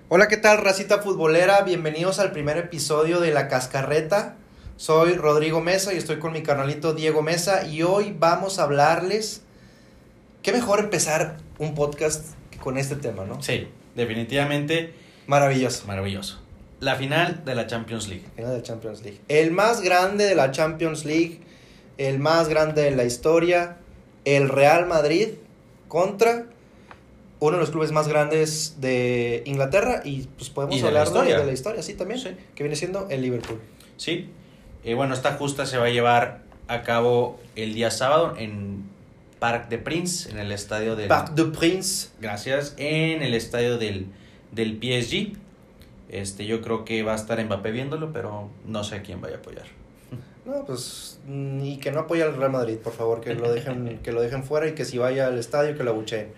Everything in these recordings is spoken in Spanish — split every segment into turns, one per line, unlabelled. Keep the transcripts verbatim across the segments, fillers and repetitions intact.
Hola, ¿qué tal, racita futbolera? Bienvenidos al primer episodio de La Cascarreta. Soy Rodrigo Mesa y estoy con mi carnalito Diego Mesa y hoy vamos a hablarles... Qué mejor empezar un podcast que con este tema, ¿no?
Sí, definitivamente
Maravilloso.
maravilloso. La final de la Champions League.
Final de la Champions League. El más grande de la Champions League, el más grande de la historia, el Real Madrid contra uno de los clubes más grandes de Inglaterra y pues podemos
Y de
hablar
la historia.
de, de la historia, sí, también,
Sí.
que viene siendo el Liverpool.
Sí, eh, bueno, esta justa se va a llevar a cabo el día sábado en Parc des Princes, en el estadio del...
Parc des Princes.
Gracias, en el estadio del, del P S G. Este, yo creo que va a estar Mbappé viéndolo, pero no sé a quién vaya a apoyar.
No, pues, y que no apoye al Real Madrid, por favor, que lo dejen, que lo dejen fuera y que si vaya al estadio que lo abucheen.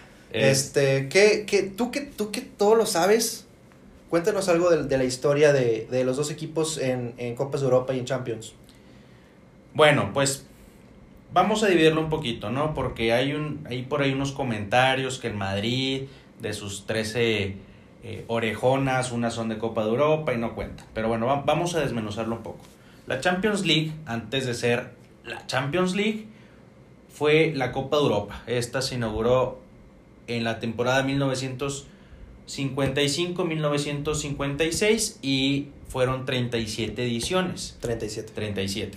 Este, ¿qué, qué, tú, que, tú que todo lo sabes, cuéntanos algo de, de la historia de, de los dos equipos en, en Copas de Europa y en Champions.
Bueno, pues vamos a dividirlo un poquito, ¿no? Porque hay un hay por ahí unos comentarios que el Madrid, de sus trece eh, orejonas, unas son de Copa de Europa y no cuentan. Pero bueno, va, vamos a desmenuzarlo un poco. La Champions League, antes de ser la Champions League, fue la Copa de Europa. Esta se inauguró en la temporada mil novecientos cincuenta y cinco mil novecientos cincuenta y seis y fueron treinta y siete ediciones.
treinta y siete.
treinta y siete.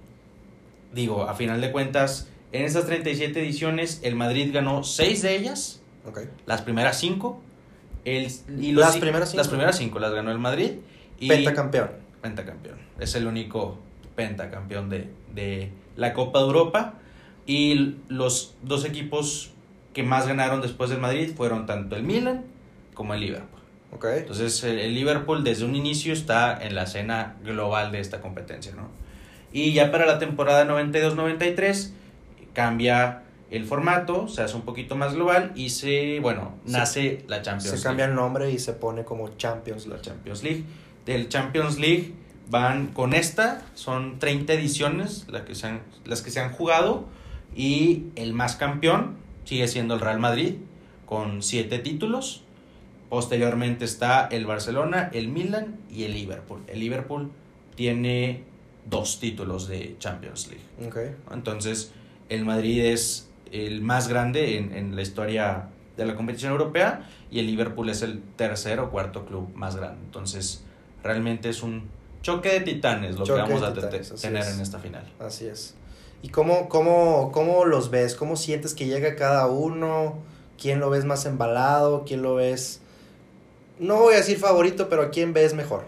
Digo, a final de cuentas, en esas treinta y siete ediciones, el Madrid ganó seis de ellas,
Okay.
las primeras cinco. El, y los,
Las primeras cinco.
Las primeras cinco las ganó el Madrid. Y
Pentacampeón.
Pentacampeón. Es el único pentacampeón de, de la Copa de Europa. Y los dos equipos que más ganaron después del Madrid fueron tanto el Milan como el Liverpool.
Okay.
Entonces el Liverpool desde un inicio está en la escena global de esta competencia, ¿no? Y ya para la temporada noventa y dos noventa y tres cambia el formato, se hace un poquito más global y se, bueno, nace la Champions League.
Se cambia el nombre y se pone como Champions League.
La Champions League. Del Champions League van con esta, son treinta ediciones las que se han, las que se han jugado y el más campeón sigue siendo el Real Madrid con siete títulos. Posteriormente está el Barcelona, el Milan y el Liverpool. El Liverpool tiene dos títulos de Champions League.
Okay.
Entonces, el Madrid es el más grande en, en la historia de la competición europea y el Liverpool es el tercer o cuarto club más grande. Entonces, realmente es un choque de titanes lo
Choque
que vamos
de
a
titanes,
te- tener
es.
en esta final.
Así es. ¿Y cómo, cómo, cómo los ves? ¿Cómo sientes que llega cada uno? ¿Quién lo ves más embalado? ¿Quién lo ves...? No voy a decir favorito, pero ¿a quién ves mejor?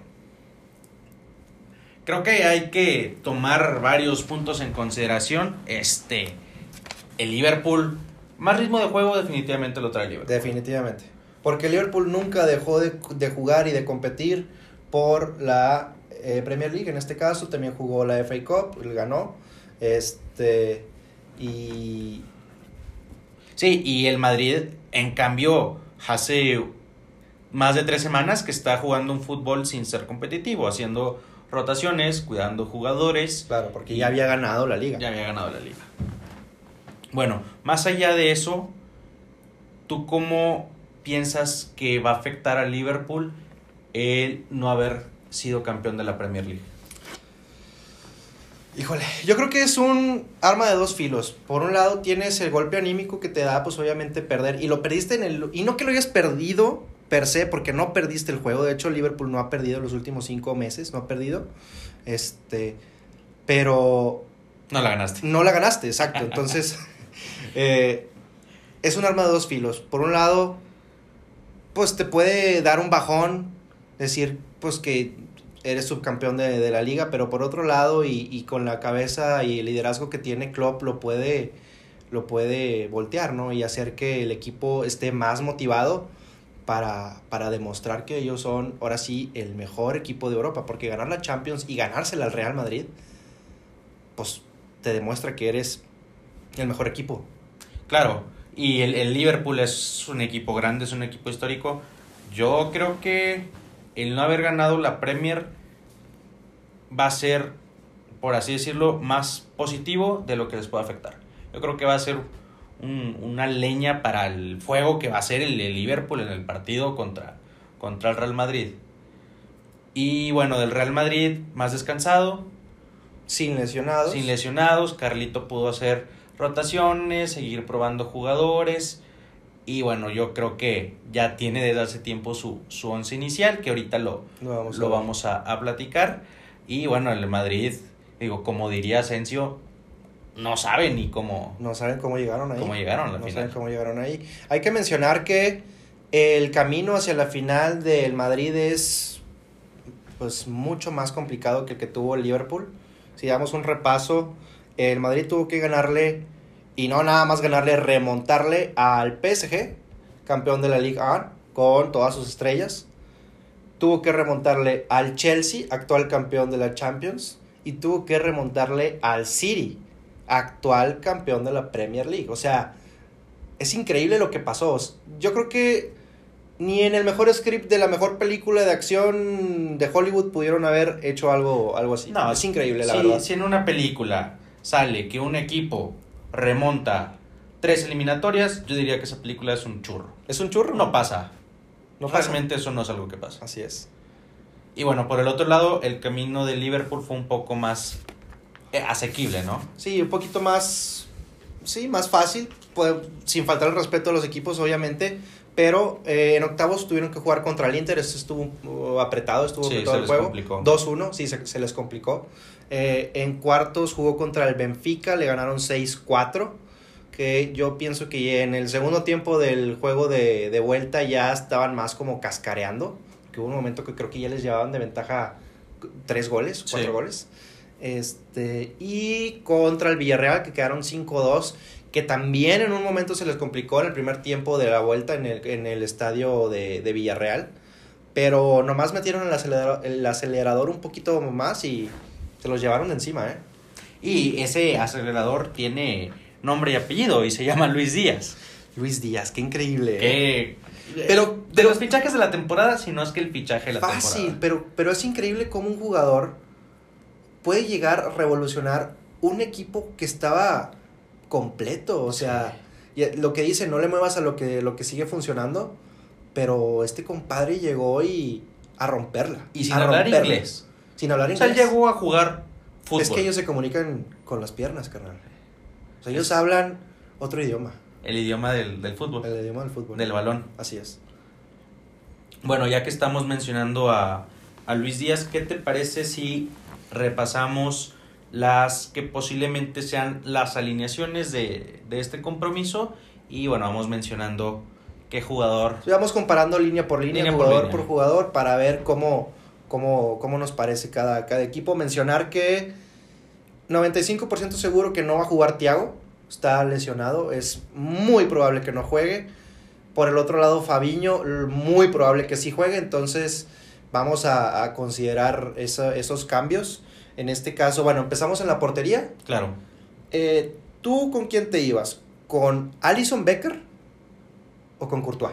Creo que hay que tomar varios puntos en consideración. Este, el Liverpool, más ritmo de juego definitivamente lo trae el Liverpool.
Definitivamente. Porque el Liverpool nunca dejó de, de jugar y de competir por la eh, Premier League. En este caso también jugó la F A Cup, él ganó. Este, y...
Sí, y el Madrid, en cambio, hace más de tres semanas que está jugando un fútbol sin ser competitivo, haciendo rotaciones, cuidando jugadores.
Claro, porque ya había ganado la liga.
Ya había ganado la liga. Bueno, más allá de eso, ¿tú cómo piensas que va a afectar al Liverpool el no haber sido campeón de la Premier League?
Híjole, yo creo que es un arma de dos filos. Por un lado tienes el golpe anímico que te da, pues obviamente perder. Y lo perdiste en el... Y no que lo hayas perdido per se, porque no perdiste el juego. De hecho, Liverpool no ha perdido los últimos cinco meses, no ha perdido. Este... Pero...
No la ganaste.
No la ganaste, exacto. Entonces, eh, es un arma de dos filos. Por un lado, pues te puede dar un bajón, decir, pues que eres subcampeón de, de la liga, pero por otro lado, y, y con la cabeza y el liderazgo que tiene Klopp, lo puede, lo puede voltear, ¿no? Y hacer que el equipo esté más motivado para, para demostrar que ellos son, ahora sí, el mejor equipo de Europa, porque ganar la Champions y ganársela al Real Madrid, pues te demuestra que eres el mejor equipo.
Claro, y el, el Liverpool es un equipo grande, es un equipo histórico. Yo creo que el no haber ganado la Premier va a ser, por así decirlo, más positivo de lo que les puede afectar. Yo creo que va a ser un, una leña para el fuego que va a ser el, el Liverpool en el partido contra, contra el Real Madrid. Y bueno, del Real Madrid más descansado.
Sin lesionados.
Sin lesionados. Carlito pudo hacer rotaciones, seguir probando jugadores. Y bueno, yo creo que ya tiene desde hace tiempo su, su once inicial, que ahorita lo,
lo vamos,
lo
a,
vamos a, a platicar. Y bueno, el Madrid, digo, como diría Asensio, no saben ni cómo...
No saben cómo llegaron ahí.
Cómo llegaron a la
no
final.
saben cómo llegaron ahí. Hay que mencionar que el camino hacia la final del Madrid es pues mucho más complicado que el que tuvo el Liverpool. Si damos un repaso, el Madrid tuvo que ganarle, y no nada más ganarle, remontarle al P S G, campeón de la Ligue uno, con todas sus estrellas. Tuvo que remontarle al Chelsea, actual campeón de la Champions, y tuvo que remontarle al City, actual campeón de la Premier League. O sea, es increíble lo que pasó. Yo creo que ni en el mejor script de la mejor película de acción de Hollywood pudieron haber hecho algo, algo así.
No,
es increíble, la
si,
verdad.
Si en una película sale que un equipo remonta tres eliminatorias, yo diría que esa película es un churro.
¿Es un churro?
No pasa.
No pasa.
Realmente eso no es algo que pasa.
Así es.
Y bueno, por el otro lado, el camino de Liverpool fue un poco más eh, asequible, ¿no?
Sí, un poquito más, sí, más fácil, pues, sin faltar el respeto a los equipos, obviamente, pero eh, en octavos tuvieron que jugar contra el Inter, esto estuvo uh, apretado, estuvo
sí,
apretado
se
el juego,
complicó.
dos uno, sí, se, se les complicó. Eh, en cuartos jugó contra el Benfica, le ganaron seis cuatro, que yo pienso que en el segundo tiempo del juego de, de vuelta ya estaban más como cascareando, que hubo un momento que creo que ya les llevaban de ventaja tres goles, cuatro
sí.
goles. Este, y contra el Villarreal, que quedaron cinco dos, que también en un momento se les complicó en el primer tiempo de la vuelta en el, en el estadio de, de Villarreal, pero nomás metieron el acelerador, el acelerador un poquito más y se los llevaron de encima, ¿eh?
Y ese acelerador tiene nombre y apellido y se llama Luis Díaz.
Luis Díaz, qué increíble.
Que,
pero,
de
pero,
los fichajes de la temporada, si no es que el fichaje de la
fácil,
temporada.
Fácil, pero, pero es increíble cómo un jugador puede llegar a revolucionar un equipo que estaba completo. O sea, sí. Lo que dice, no le muevas a lo que, lo que sigue funcionando, pero este compadre llegó y a romperla.
Y sin
a
hablar
romperla.
inglés.
Sin hablar inglés.
O sea, él llegó a jugar fútbol.
Es que ellos se comunican con las piernas, carnal. O sea, ellos es... hablan otro idioma.
El idioma del, del fútbol.
El idioma del fútbol.
Del balón.
Así es.
Bueno, ya que estamos mencionando a, a Luis Díaz, ¿qué te parece si repasamos las que posiblemente sean las alineaciones de, de este compromiso? Y bueno, vamos mencionando qué jugador.
Sí, vamos comparando línea por línea, línea jugador por, línea. por jugador, para ver cómo, cómo, cómo nos parece cada, cada equipo. Mencionar que noventa y cinco por ciento seguro que no va a jugar Thiago, está lesionado, es muy probable que no juegue. Por el otro lado, Fabinho, muy probable que sí juegue, entonces vamos a, a considerar esa, esos cambios. En este caso, bueno, empezamos en la portería.
Claro.
Eh, ¿Tú con quién te ibas? ¿Con Alisson Becker o con Courtois?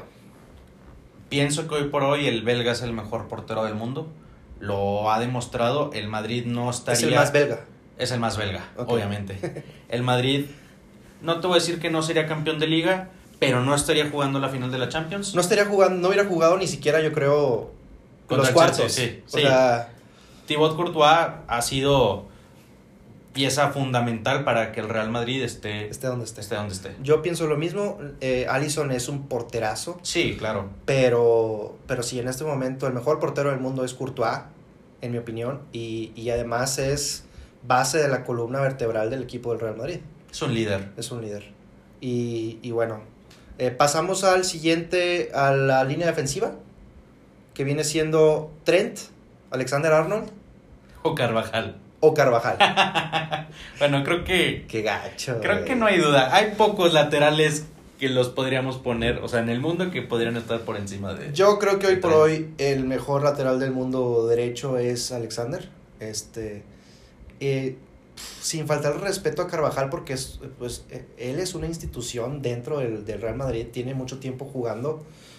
Pienso que hoy por hoy el belga es el mejor portero del mundo. Lo ha demostrado. El Madrid no estaría...
Es el más belga.
Es el más belga,
okay.
Obviamente. El Madrid, no te voy a decir que no sería campeón de liga, pero no estaría jugando la final de la Champions.
No estaría jugando, no hubiera jugado ni siquiera, yo creo, con los cuartos.
Sí,
o
sí.
sea...
Thibaut Courtois ha sido pieza fundamental para que el Real Madrid esté,
esté donde esté.
esté, donde esté.
Yo pienso lo mismo. eh, Alisson es un porterazo.
Sí, claro.
Pero, pero sí, en este momento el mejor portero del mundo es Courtois, en mi opinión. Y, y además es base de la columna vertebral del equipo del Real Madrid.
Es un líder.
Es un líder. Y, y bueno, eh, pasamos al siguiente, a la línea defensiva, que viene siendo Trent, Alexander-Arnold
o Carvajal.
O Carvajal.
Bueno, creo que...
Qué gacho.
Creo
wey.
que no hay duda. Hay pocos laterales que los podríamos poner, o sea, en el mundo que podrían estar por encima de...
Yo creo que hoy por hoy el mejor lateral del mundo derecho es Alexander. Este... Eh, sin faltar el respeto a Carvajal, porque es, pues, él es una institución dentro del, del Real Madrid, tiene mucho tiempo jugando,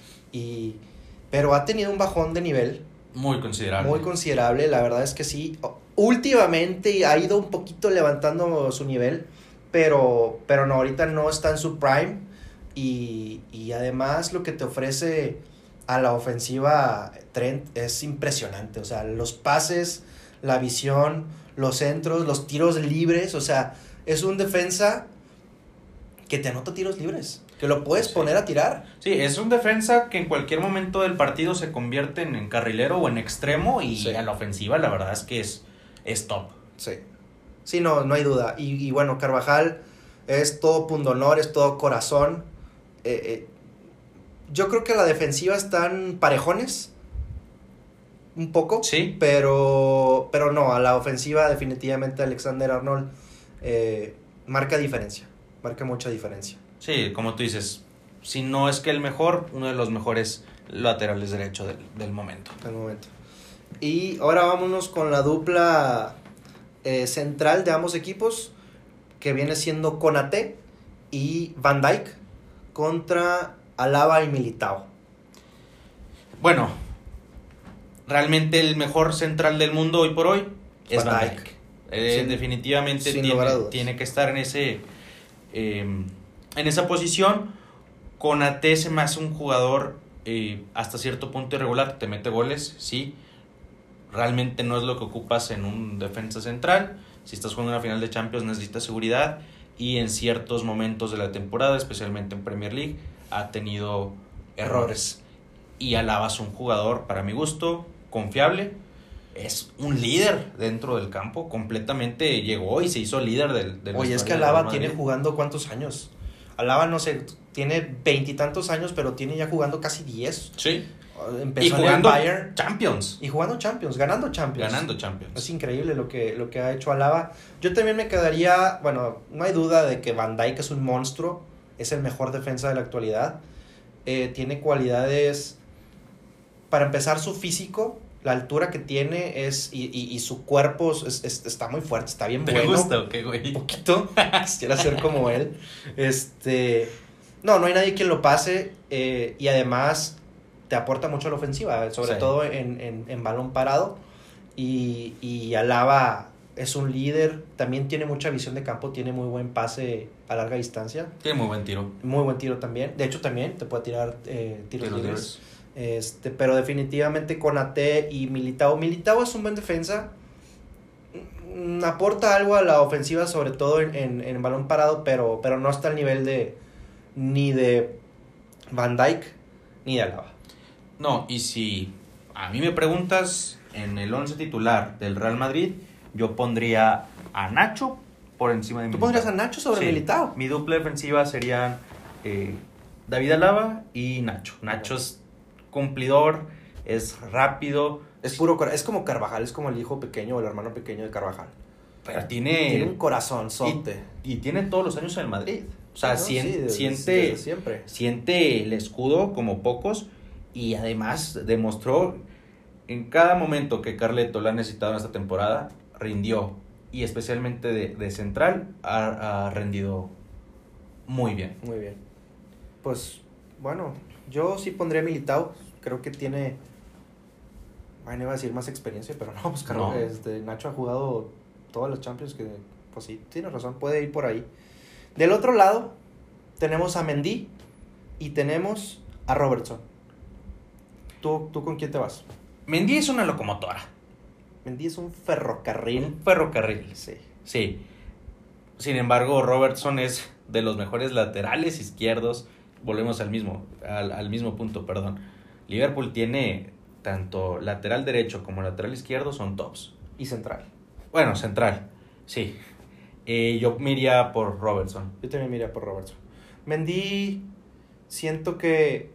y, pero ha tenido un bajón de nivel.
Muy considerable.
Muy considerable, la verdad es que sí. Últimamente ha ido un poquito levantando su nivel, pero, pero no, ahorita no está en su prime, y, y además lo que te ofrece a la ofensiva Trent es impresionante. O sea, los pases, la visión, los centros, los tiros libres. O sea, es un defensa que te anota tiros libres, que lo puedes sí. poner a tirar.
Sí, es un defensa que en cualquier momento del partido se convierte en, en carrilero o en extremo y sí. a la ofensiva la verdad es que es, es top.
Sí, sí, no, no hay duda. Y, y bueno, Carvajal es todo pundonor, es todo corazón. Eh, eh, yo creo que la defensiva están parejones, un poco.
Sí.
Pero, pero no, a la ofensiva definitivamente Alexander Arnold eh, marca diferencia. Marca mucha diferencia.
Sí, como tú dices, si no es que el mejor, uno de los mejores laterales derecho del, del momento.
Del momento. Y ahora vámonos con la dupla eh, central de ambos equipos, que viene siendo Konaté y Van Dijk contra Alaba y Militao.
Bueno, realmente el mejor central del mundo hoy por hoy es Van, Van Dijk. Dijk. Eh, sin, definitivamente sin tiene, tiene que estar en ese... Eh, en esa posición. Konaté se me hace un jugador eh, hasta cierto punto irregular, te mete goles, sí, realmente no es lo que ocupas en un defensa central. Si estás jugando una final de Champions necesitas seguridad, y en ciertos momentos de la temporada, especialmente en Premier League, ha tenido errores. Y Alaba es un jugador, para mi gusto, confiable. Es un líder dentro del campo, completamente llegó y se hizo líder del, del
Oye, es que Alaba tiene jugando ¿cuántos años? Alaba, no sé, tiene veintitantos años, pero tiene ya jugando casi diez.
Sí.
Empezó
y jugando
en el Bayern.
Champions.
Y jugando Champions, ganando Champions.
Ganando Champions.
Es increíble lo que, lo que ha hecho Alaba. Yo también me quedaría, bueno, no hay duda de que Van Dijk es un monstruo, es el mejor defensa de la actualidad. Eh, tiene cualidades, para empezar, su físico. La altura que tiene es y, y, y su cuerpo es, es, está muy fuerte, está bien bueno.
¿Te gusta o qué, güey?
Un poquito, quisiera ser como él. Este, no, no hay nadie quien lo pase, eh, y además te aporta mucho a la ofensiva, sobre sí. todo en, en, en balón parado. Y, y Alaba es un líder, también tiene mucha visión de campo, tiene muy buen pase a larga distancia.
Tiene muy buen tiro.
Muy buen tiro también. De hecho, también te puede tirar eh, tiros libres. libres. Este, pero definitivamente Konaté y Militao. Militao es un buen defensa. Mm, aporta algo a la ofensiva, sobre todo en, en, en balón parado, pero, pero no está al nivel de ni de Van Dijk ni de Alaba.
No, y si a mí me preguntas, en el once titular del Real Madrid, yo pondría a Nacho por encima de
Militao. ¿Tú pondrías a Nacho sobre sí. Militao?
Mi dupla defensiva serían eh, David Alaba y Nacho. Nacho es cumplidor, es rápido.
Es puro es como Carvajal, es como el hijo pequeño o el hermano pequeño de Carvajal.
Pero tiene...
Tiene un corazón sote.
Y, y tiene todos los años en el Madrid. O sea,
no,
sien,
sí, desde,
siente,
desde siempre.
siente el escudo como pocos, y además demostró en cada momento que Carleto la ha necesitado en esta temporada, rindió. Y especialmente de, de central ha, ha rendido muy bien.
Muy bien. Pues, bueno, yo sí pondría a Militao. Creo que tiene, bueno, iba a decir más experiencia, pero no, pues no. Este, Nacho ha jugado todas las Champions, que pues sí, tienes razón, puede ir por ahí. Del otro lado tenemos a Mendy y tenemos a Robertson. ¿Tú, tú con quién te vas?
Mendy es una locomotora.
Mendy es un ferrocarril.
Un ferrocarril.
Sí.
Sí. Sin embargo, Robertson es de los mejores laterales izquierdos. Volvemos al mismo, al, al mismo punto, perdón. Liverpool tiene tanto lateral derecho como lateral izquierdo, son tops.
Y central.
Bueno, central, sí. Eh, yo me iría por Robertson.
Yo también me iría por Robertson. Mendy, siento que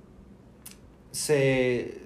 se,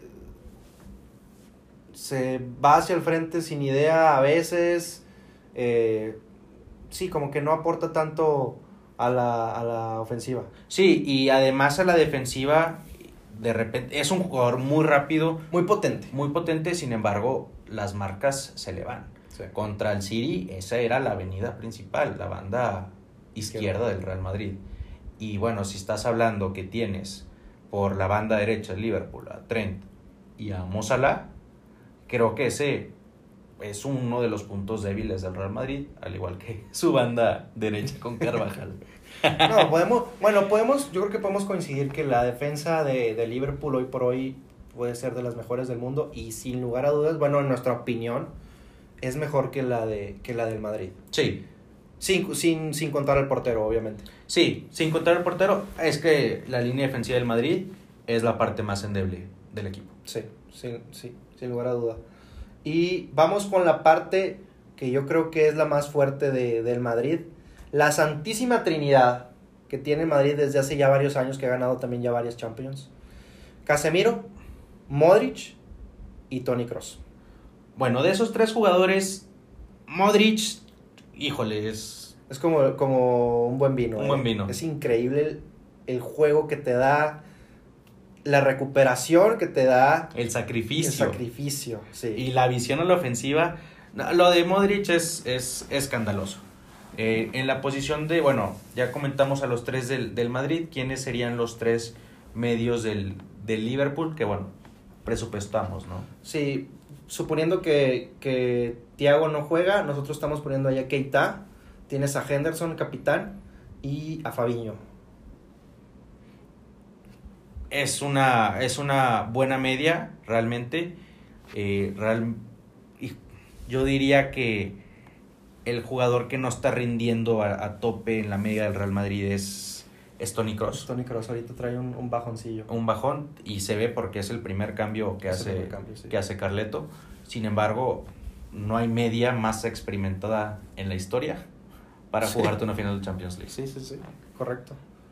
se va hacia el frente sin idea a veces. Eh, sí, como que no aporta tanto a la, a la ofensiva.
Sí, y además a la defensiva, de repente, es un jugador muy rápido.
Muy potente.
Muy potente, sin embargo, las marcas se le van. Sí. Contra el City, esa era la avenida principal, la banda izquierda del Real Madrid. Y bueno, si estás hablando que tienes por la banda derecha de Liverpool a Trent y a Mo Salah, creo que ese es uno de los puntos débiles del Real Madrid, al igual que su banda derecha con Carvajal.
No, podemos, bueno, podemos, yo creo que podemos coincidir que la defensa de, de Liverpool hoy por hoy puede ser de las mejores del mundo y sin lugar a dudas, bueno, en nuestra opinión, es mejor que la de que la del Madrid.
Sí.
Sin, sin, sin contar al portero, obviamente.
Sí, sin contar el portero, es que la línea defensiva del Madrid es la parte más endeble del equipo.
Sí, sí, sí, sin lugar a duda. Y vamos con la parte que yo creo que es la más fuerte de, del Madrid. La Santísima Trinidad que tiene Madrid desde hace ya varios años, que ha ganado también ya varias Champions. Casemiro, Modric y Toni Kroos.
Bueno, de esos tres jugadores, Modric, híjole, es...
Es como, como un buen vino.
Un
¿eh?
buen vino.
Es increíble el, el juego que te da, la recuperación que te da.
El sacrificio.
El sacrificio, sí.
Y la visión a la ofensiva. Lo de Modric es, es escandaloso. Eh, en la posición de, bueno, ya comentamos a los tres del, del Madrid, ¿quiénes serían los tres medios del, del Liverpool? Que bueno, presupuestamos, ¿no?
Sí, suponiendo que, que Thiago no juega, nosotros estamos poniendo ahí a Keita, tienes a Henderson, capitán, y a Fabinho.
Es una, es una buena media, realmente. Eh, real, yo diría que el jugador que no está rindiendo a, a tope en la media del Real Madrid es, es Toni Kroos.
Toni Kroos ahorita trae un, un bajoncillo.
Un bajón, y se ve porque es el primer cambio que, hace,
primer cambio, sí.
que hace Carleto. Sin embargo, no hay media más experimentada en la historia para
sí.
jugarte una final de Champions League.
Sí, sí, sí, correcto.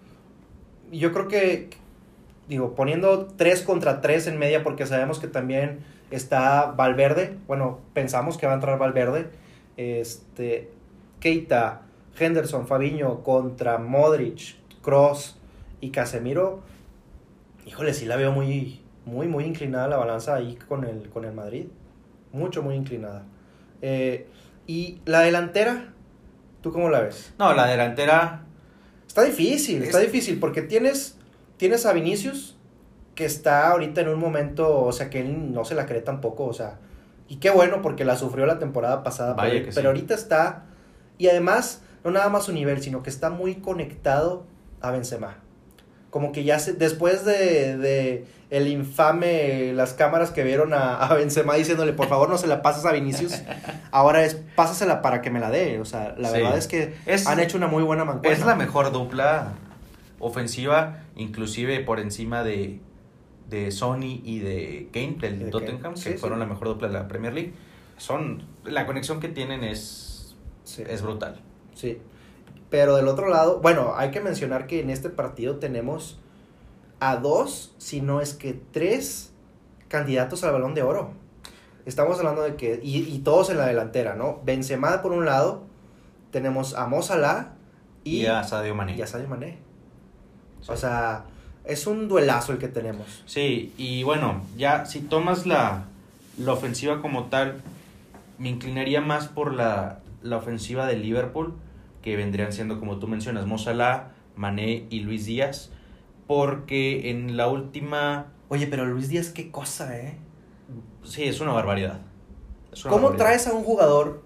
Yo creo que, digo, poniendo tres contra tres en media, porque sabemos que también está Valverde, bueno, pensamos que va a entrar Valverde, este, Keita, Henderson, Fabinho contra Modric, Kroos y Casemiro. Híjole, sí la veo muy, muy, muy inclinada la balanza ahí con el, con el Madrid. Mucho, muy inclinada. Eh, y la delantera, ¿tú cómo la ves?
No, la delantera...
Está difícil,
es...
está difícil, porque tienes, tienes a Vinicius, que está ahorita en un momento, o sea, que él no se la cree tampoco, o sea... Y qué bueno, porque la sufrió la temporada pasada,
Vaya
pero,
que
pero
sí.
ahorita está... Y además, no nada más su nivel, sino que está muy conectado a Benzema. Como que ya se, después de, de el infame, las cámaras que vieron a, a Benzema diciéndole, por favor no se la pases a Vinicius, ahora es, pásasela para que me la dé. O sea, la
Sí.
verdad es que
es,
han hecho una muy buena mancuerna.
Es la mejor dupla ofensiva, inclusive por encima de, de Sonny y de Kane, del
de
Tottenham,
Kane.
que
Sí,
fueron
sí.
la mejor dupla de la Premier League. Son, la conexión que tienen es,
Sí.
es brutal.
Sí, pero del otro lado, bueno, hay que mencionar que en este partido tenemos a dos, si no es que tres candidatos al Balón de Oro. Estamos hablando de que, y, y todos en la delantera, ¿no? Benzema por un lado, tenemos a Mo Salah y,
Y a Sadio Mané.
y a Sadio Mané.
Sí.
O sea, es un duelazo el que tenemos.
Sí, y bueno, ya si tomas la, la ofensiva como tal, me inclinaría más por la, la ofensiva de Liverpool, que vendrían siendo, como tú mencionas, Mo Salah, Mané y Luis Díaz, porque en la última...
Oye, pero Luis Díaz, qué cosa, ¿eh?
Sí, es una barbaridad. Es una
¿Cómo
barbaridad.
traes a un jugador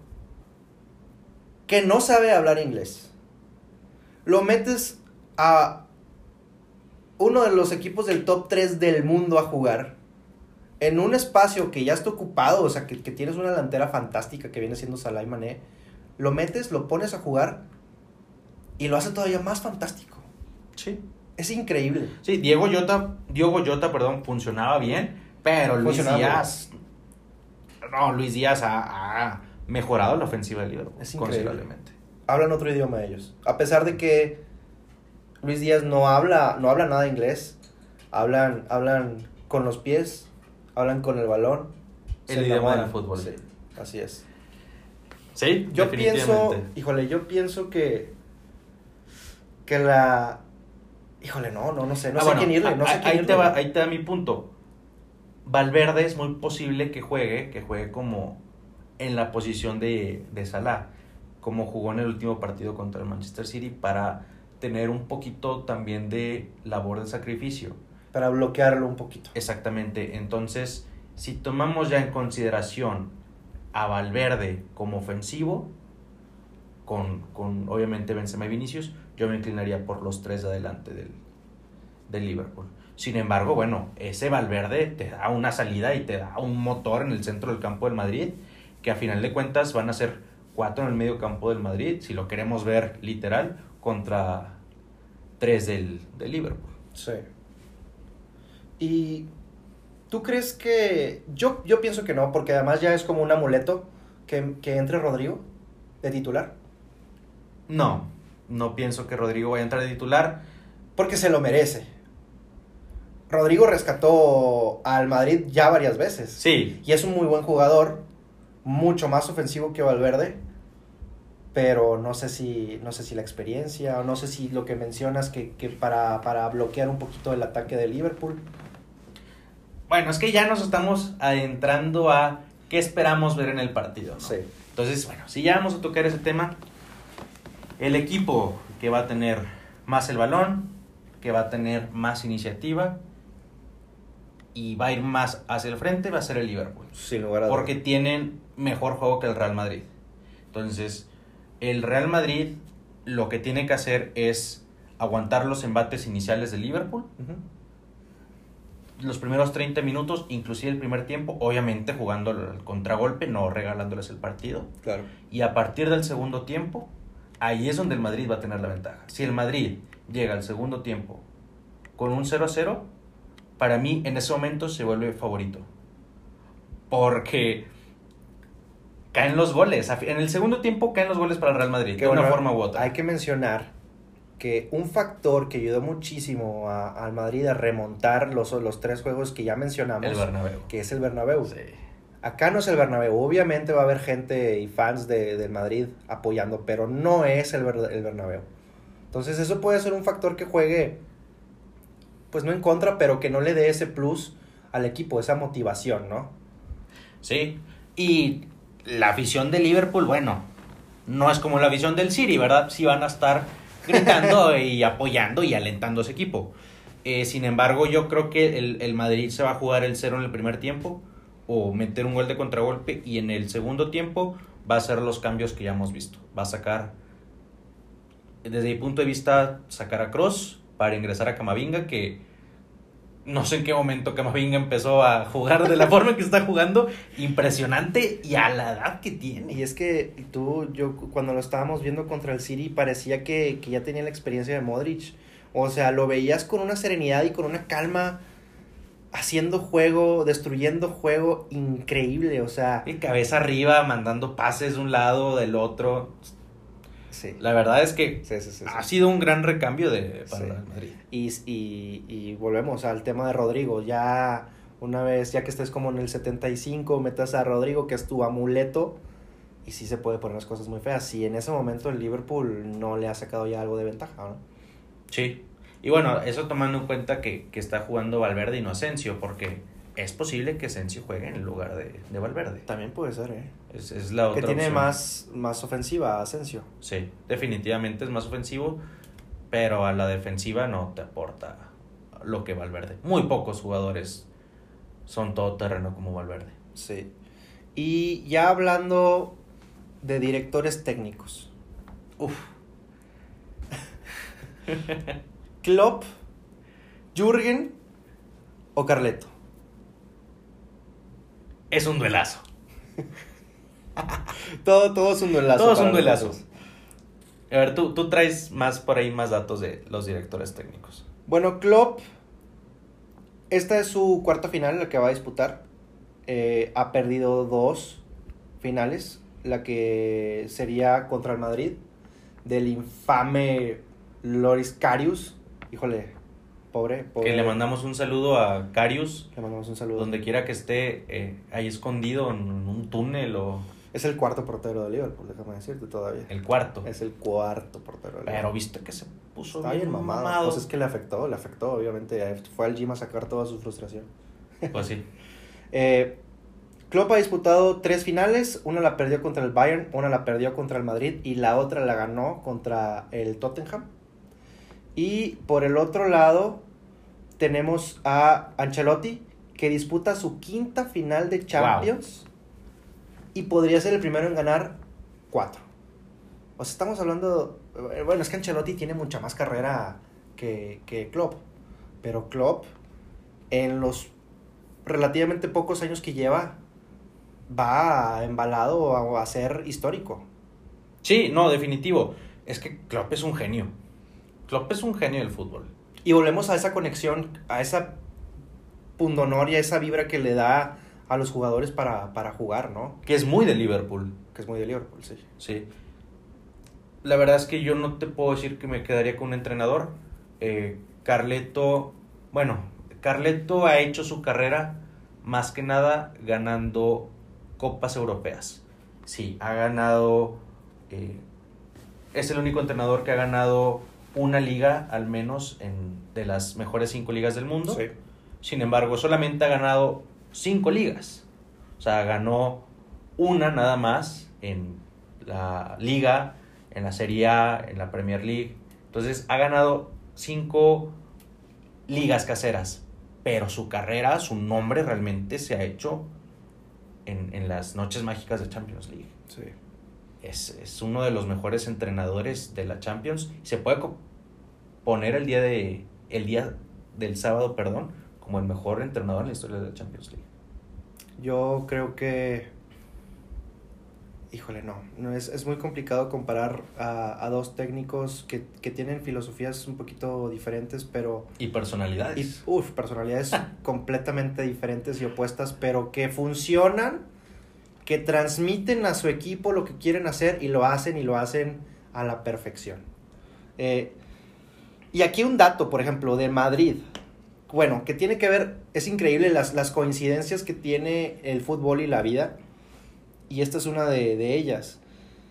que no sabe hablar inglés? Lo metes a uno de los equipos del top tres del mundo a jugar en un espacio que ya está ocupado, o sea, que, que tienes una delantera fantástica que viene siendo Salah y Mané. Lo metes, lo pones a jugar y lo hace todavía más fantástico.
Sí.
Es increíble.
Sí, Diego Jota, Diego Jota, perdón, funcionaba bien, pero Luis
Funcionaba
Díaz... No, Luis Díaz ha, ha mejorado la ofensiva de Liverpool.
Es increíble.
Considerablemente.
Hablan otro idioma ellos. A pesar de que Luis Díaz no habla, no habla nada inglés, hablan, hablan con los pies, hablan con el balón.
El
se
idioma
enamoran.
del fútbol.
Sí, así es.
Sí,
Yo pienso,
definitivamente.
híjole, yo pienso que que la híjole, no, no, no sé, no
Ah,
sé
bueno,
quién irle, no sé
ahí,
quién
ahí
irle.
te va, ahí te da mi punto. Valverde es muy posible que juegue, que juegue como en la posición de, de Salah, como jugó en el último partido contra el Manchester City, para tener un poquito también de labor de sacrificio.
Para bloquearlo un poquito.
Exactamente. Entonces, si tomamos ya en consideración a Valverde como ofensivo, con, con obviamente Benzema y Vinicius, yo me inclinaría por los tres de adelante del, del Liverpool. Sin embargo, bueno, ese Valverde te da una salida y te da un motor en el centro del campo del Madrid, que a final de cuentas van a ser cuatro en el medio campo del Madrid, si lo queremos ver literal, contra tres del, del Liverpool.
Sí. ¿Y tú crees que...? Yo, yo pienso que no, porque además ya es como un amuleto que, que entre Rodrigo de titular.
No, no pienso que Rodrigo vaya a entrar de titular.
Porque se lo merece. Rodrigo rescató al Madrid ya varias veces.
Sí.
Y es un muy buen jugador, mucho más ofensivo que Valverde, pero no sé si, no sé si la experiencia, o no sé si lo que mencionas que, que para, para bloquear un poquito el ataque de Liverpool.
Bueno, es que ya nos estamos adentrando a qué esperamos ver en el partido, ¿no?
Sí.
Entonces, bueno, si ya vamos a tocar ese tema, el equipo que va a tener más el balón, que va a tener más iniciativa y va a ir más hacia el frente, va a ser el Liverpool.
Sin lugar a dudas.
Porque tienen mejor juego que el Real Madrid. Entonces, el Real Madrid lo que tiene que hacer es aguantar los embates iniciales del Liverpool.
Uh-huh.
Los primeros treinta minutos, inclusive el primer tiempo, obviamente jugando el contragolpe, no regalándoles el partido.
Claro.
Y a partir del segundo tiempo, ahí es donde el Madrid va a tener la ventaja. Si el Madrid llega al segundo tiempo con un cero a cero, para mí en ese momento se vuelve favorito. Porque caen los goles. En el segundo tiempo caen los goles para el Real Madrid,
Que
de una
bueno,
forma u otra.
Hay que mencionar que un factor que ayudó muchísimo a, al Madrid a remontar los, los tres juegos que ya mencionamos,
El Bernabéu.
que es el Bernabéu.
Sí.
Acá no es el Bernabéu, obviamente va a haber gente y fans de, del Madrid apoyando, pero no es el, el Bernabéu. Entonces eso puede ser un factor que juegue, pues no en contra, pero que no le dé ese plus al equipo, esa motivación, ¿no?
Sí, y la afición de Liverpool, bueno, no es como la afición del City, ¿verdad? Sí van a estar gritando y apoyando y alentando a ese equipo. Eh, sin embargo, yo creo que el, el Madrid se va a jugar el cero en el primer tiempo o meter un gol de contragolpe, y en el segundo tiempo va a hacer los cambios que ya hemos visto. Va a sacar, desde mi punto de vista, sacar a Kroos para ingresar a Camavinga, que no sé en qué momento Camavinga empezó a jugar de la forma que está jugando, impresionante, y a la edad que tiene.
Y es que tú, yo cuando lo estábamos viendo contra el City parecía que, que ya tenía la experiencia de Modric. O sea, lo veías con una serenidad y con una calma, haciendo juego, destruyendo juego increíble, o sea...
Y cabeza arriba, mandando pases de un lado, del otro.
Sí.
La verdad es que
Sí, sí, sí, sí.
ha sido un gran recambio de, para
Sí.
el Real Madrid.
Y, y, y volvemos al tema de Rodrigo. Ya una vez, ya que estés como en el setenta y cinco, metas a Rodrigo, que es tu amuleto, y sí se puede poner las cosas muy feas. Si en ese momento el Liverpool no le ha sacado ya algo de ventaja, ¿no?
Sí. Y bueno, eso tomando en cuenta que, que está jugando Valverde y no Asensio, porque es posible que Asensio juegue en lugar de, de Valverde.
También puede ser, ¿eh?
Es, es la otra
Que tiene
opción.
más, más ofensiva Asensio.
Sí, definitivamente es más ofensivo, pero a la defensiva no te aporta lo que Valverde. Muy pocos jugadores son todoterreno como Valverde.
Sí. Y ya hablando de directores técnicos.
Uf.
Klopp, Jürgen o Carleto.
Es un duelazo.
Todo, todo es un duelazo.
Todo es un
para
duelazo.
nosotros.
A ver, tú, tú traes más por ahí más datos de los directores técnicos.
Bueno, Klopp, esta es su cuarta final, la que va a disputar. Eh, ha perdido dos finales, la que sería contra el Madrid, del infame Loris Karius. Híjole, pobre, pobre.
Que le mandamos un saludo a Karius,
Le mandamos un saludo.
donde quiera que esté, eh, ahí escondido en un túnel o
Es el cuarto portero de Liverpool, déjame decirte todavía.
el cuarto.
Es el cuarto portero de Liverpool.
Pero viste que se puso
Está bien mamado.
mamado.
Pues es que le afectó, le afectó, obviamente. Fue al gym a sacar toda su frustración.
Pues sí.
Eh, Klopp ha disputado tres finales. Una la perdió contra el Bayern, una la perdió contra el Madrid y la otra la ganó contra el Tottenham. Y por el otro lado tenemos a Ancelotti, que disputa su quinta final de Champions. y podría ser el primero en ganar cuatro. O sea, estamos hablando... Bueno, es que Ancelotti tiene mucha más carrera que, que Klopp. Pero Klopp, en los relativamente pocos años que lleva, va embalado a, a ser histórico.
Sí, no, definitivo. Es que Klopp es un genio. Klopp es un genio del fútbol.
Y volvemos a esa conexión, a esa pundonoria, esa vibra que le da a los jugadores para, para jugar, ¿no?
Que es muy de Liverpool.
Que es muy de Liverpool, sí.
Sí. La verdad es que yo no te puedo decir que me quedaría con un entrenador. Eh, Carleto, bueno, Carleto ha hecho su carrera más que nada ganando copas europeas. Sí, ha ganado, eh, es el único entrenador que ha ganado una liga al menos en, de las mejores cinco ligas del mundo.
Sí.
Sin embargo, solamente ha ganado cinco ligas. O sea, ganó una nada más en la liga, en la Serie A, en la Premier League. Entonces ha ganado cinco ligas caseras, pero su carrera, su nombre realmente se ha hecho en, en las noches mágicas de Champions League.
Sí.
Es, es uno de los mejores entrenadores de la Champions. Se puede co- poner el día, de, el día del sábado, perdón, como el mejor entrenador en la historia de la Champions League.
Yo creo que... Híjole, no. no es, es muy complicado comparar a, a dos técnicos que, que tienen filosofías un poquito diferentes, pero...
Y personalidades.
Y, uf, personalidades completamente diferentes y opuestas, pero que funcionan, que transmiten a su equipo lo que quieren hacer y lo hacen y lo hacen a la perfección. Eh, y aquí un dato, por ejemplo, de Madrid. Bueno, que tiene que ver, es increíble las, las coincidencias que tiene el fútbol y la vida. Y esta es una de, de ellas.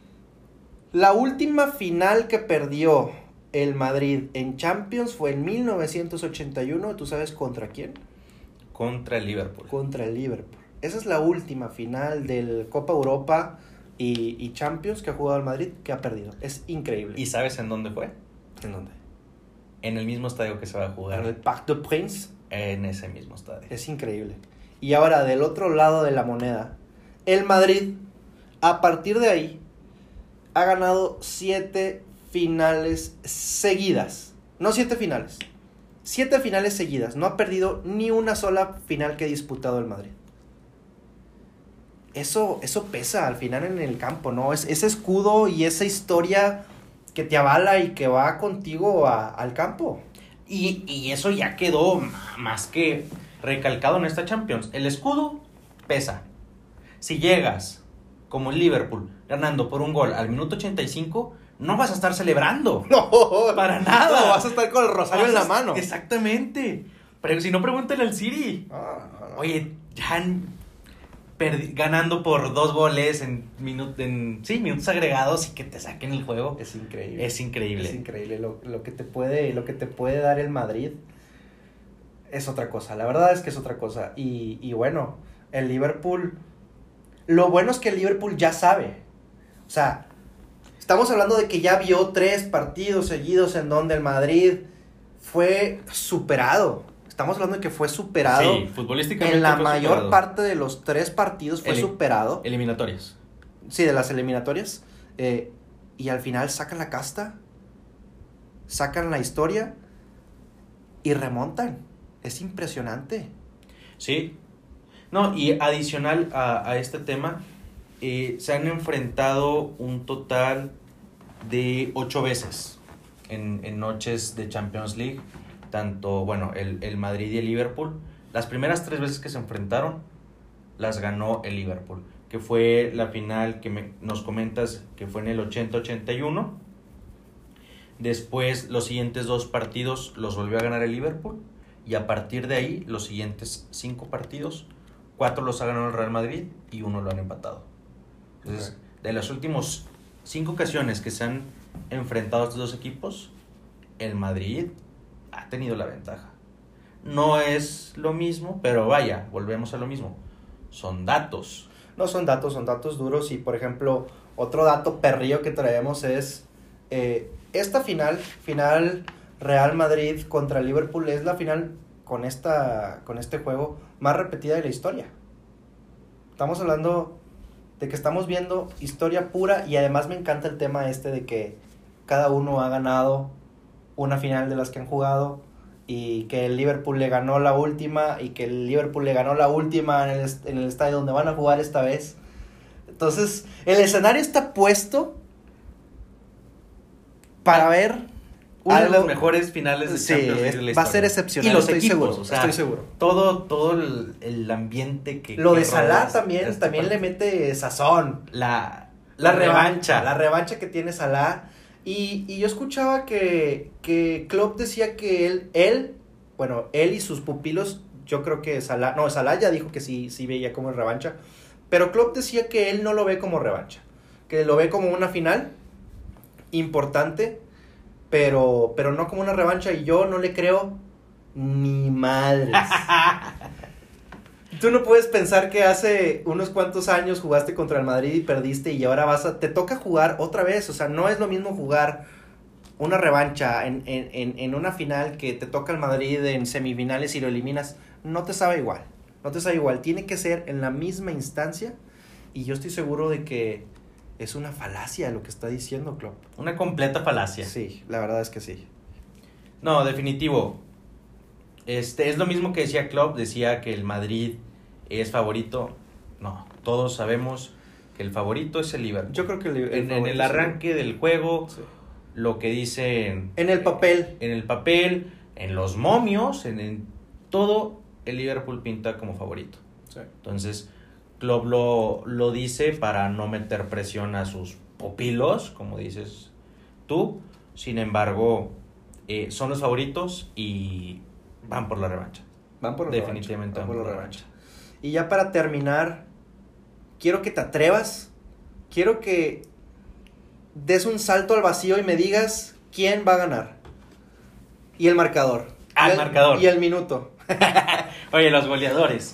La última final que perdió el Madrid en Champions fue en mil novecientos ochenta y uno. ¿Tú sabes contra quién?
Contra el Liverpool.
Contra el Liverpool. Esa es la última final del Copa Europa y, y Champions que ha jugado el Madrid que ha perdido. Es increíble.
¿Y sabes en dónde fue?
¿En dónde?
En el mismo estadio que se va a jugar.
En el Parc des Princes.
En ese mismo estadio.
Es increíble. Y ahora, del otro lado de la moneda, el Madrid, a partir de ahí, ha ganado siete finales seguidas. No siete finales. Siete finales seguidas. No ha perdido ni una sola final que ha disputado el Madrid. Eso, eso pesa al final en el campo, ¿no? Es, ese escudo y esa historia que te avala y que va contigo a, al campo.
Y, y eso ya quedó más que recalcado en esta Champions. El escudo pesa. Si llegas, como el Liverpool, ganando por un gol al minuto ochenta y cinco, no vas a estar celebrando.
No,
para nada.
No, vas a estar con el rosario en la mano.
Exactamente. Pero si no, pregúntale al City.
No, no, no.
Oye, ya perdi- ganando por dos goles en, minu- en sí, minutos agregados y que te saquen el juego.
Es increíble.
Es increíble.
Es increíble. Lo, lo que te puede, lo que te puede dar el Madrid es otra cosa. La verdad es que es otra cosa. Y, y bueno, el Liverpool... Lo bueno es que el Liverpool ya sabe. O sea, estamos hablando de que ya vio tres partidos seguidos en donde el Madrid fue superado. Estamos hablando de que fue superado.
Sí, futbolísticamente
en la
fue
mayor
superado.
parte de los tres partidos fue
Eli-
superado.
Eliminatorias.
Sí, de las eliminatorias. Eh, y al final sacan la casta, sacan la historia y remontan. Es impresionante.
Sí. No, y adicional a, a este tema, eh, se han enfrentado un total de ocho veces en, en noches de Champions League. Tanto, bueno, el, el Madrid y el Liverpool. Las primeras tres veces que se enfrentaron, las ganó el Liverpool. Que fue la final que me, nos comentas que fue en el ochenta ochenta y uno. Después, los siguientes dos partidos los volvió a ganar el Liverpool. Y a partir de ahí, los siguientes cinco partidos, cuatro los ha ganado el Real Madrid y uno lo han empatado. Entonces, okay. De las últimas cinco ocasiones que se han enfrentado a estos dos equipos, el Madrid ha tenido la ventaja. No es lo mismo, pero vaya, volvemos a lo mismo. Son datos.
No son datos, son datos duros. Y por ejemplo, otro dato perrillo que traemos es eh, esta final, final Real Madrid contra Liverpool, es la final con esta con este juego más repetida de la historia. Estamos hablando de que estamos viendo historia pura y además me encanta el tema este de que cada uno ha ganado una final de las que han jugado y que el Liverpool le ganó la última y que el Liverpool le ganó la última en el, en el estadio donde van a jugar esta vez. Entonces, el escenario está puesto para ver
una
algo,
de las mejores finales de
sí,
Champions League de la
va a ser
historia.
excepcional,
Y los
estoy
equipos,
seguro,
o sea,
estoy seguro.
Todo, todo el, el ambiente que...
Lo
que
de Salah
rodea
también,
este
también le
partido.
mete sazón.
La, la, revancha.
La revancha que tiene Salah. Y, y yo escuchaba que, que Klopp decía que él, él, bueno, él y sus pupilos, yo creo que Salah, no, Salah ya dijo que sí, sí veía como revancha, pero Klopp decía que él no lo ve como revancha, que lo ve como una final importante, pero, pero no como una revancha, y yo no le creo ni madres. Tú no puedes pensar que hace unos cuantos años jugaste contra el Madrid y perdiste y ahora vas a... Te toca jugar otra vez, o sea, no es lo mismo jugar una revancha en, en, en, en una final que te toca el Madrid en semifinales y lo eliminas. No te sabe igual, no te sabe igual. Tiene que ser en la misma instancia y yo estoy seguro de que es una falacia lo que está diciendo Klopp.
Una completa falacia.
Sí, la verdad es que sí.
No, definitivo. Este, es lo mismo que decía Klopp, decía que el Madrid es favorito. No, todos sabemos que el favorito es el Liverpool.
Yo creo que el, el
en, en el arranque del juego,
sí.
Lo que dicen...
En el papel.
En el papel, en los momios, en, en todo, el Liverpool pinta como favorito.
Sí.
Entonces, Klopp lo, lo dice para no meter presión a sus pupilos, como dices tú. Sin embargo, eh, son los favoritos y van por la revancha.
Van por la
Definitivamente
revancha.
van por la revancha.
Y ya para terminar, quiero que te atrevas, quiero que des un salto al vacío y me digas quién va a ganar. Y el marcador.
Ah,
y
el marcador.
Y el minuto.
Oye, los goleadores.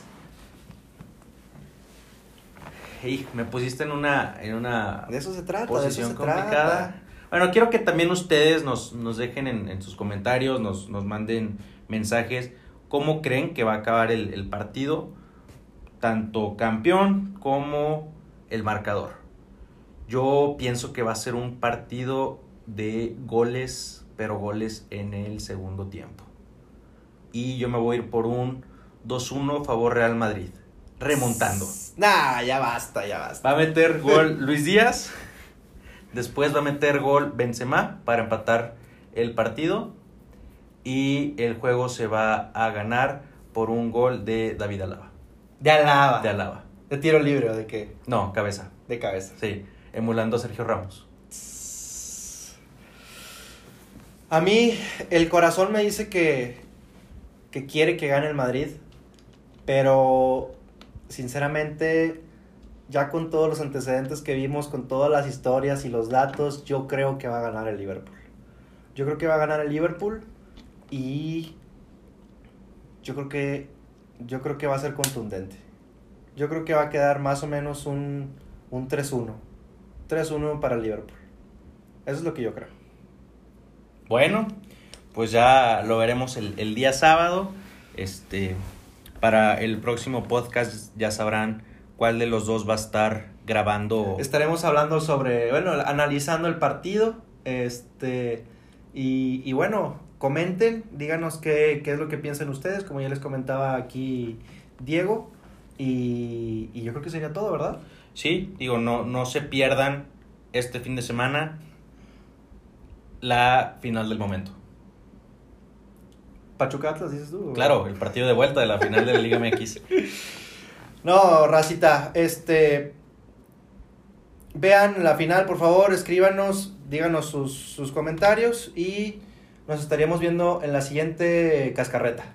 Hey, me pusiste en una, en una
De eso se trata,
posición
de eso se
complicada.
trata.
Bueno, quiero que también ustedes nos, nos dejen en, en sus comentarios, nos, nos manden mensajes, cómo creen que va a acabar el, el partido, tanto campeón como el marcador. Yo pienso que va a ser un partido de goles, pero goles en el segundo tiempo. Y yo me voy a ir por un dos uno favor Real Madrid, remontando.
Nah, ya basta, ya basta.
Va a meter gol Luis Díaz, después va a meter gol Benzema para empatar el partido y el juego se va a ganar por un gol de David Alaba.
De Alaba.
De Alaba.
¿De tiro libre o de qué?
No, cabeza.
De cabeza.
Sí, emulando a Sergio Ramos.
A mí el corazón me dice que, que quiere que gane el Madrid, pero sinceramente ya con todos los antecedentes que vimos, con todas las historias y los datos, yo creo que va a ganar el Liverpool. Yo creo que va a ganar el Liverpool y yo creo que yo creo que va a ser contundente. Yo creo que va a quedar más o menos un, un tres uno. tres uno para el Liverpool. Eso es lo que yo creo.
Bueno, pues ya lo veremos el, el día sábado. Este, para el próximo podcast ya sabrán cuál de los dos va a estar grabando.
Estaremos hablando sobre, bueno, analizando el partido. Este, y, y bueno, comenten, díganos qué, qué es lo que piensan ustedes, como ya les comentaba aquí Diego. Y, y yo creo que sería todo, ¿verdad?
Sí, digo, no, no se pierdan este fin de semana la final del momento.
Pachuca Atlas, dices tú.
Claro, el partido de vuelta de la final de la Liga M X.
No, racita, este, vean la final, por favor, escríbanos, díganos sus, sus comentarios y nos estaríamos viendo en la siguiente cascarreta.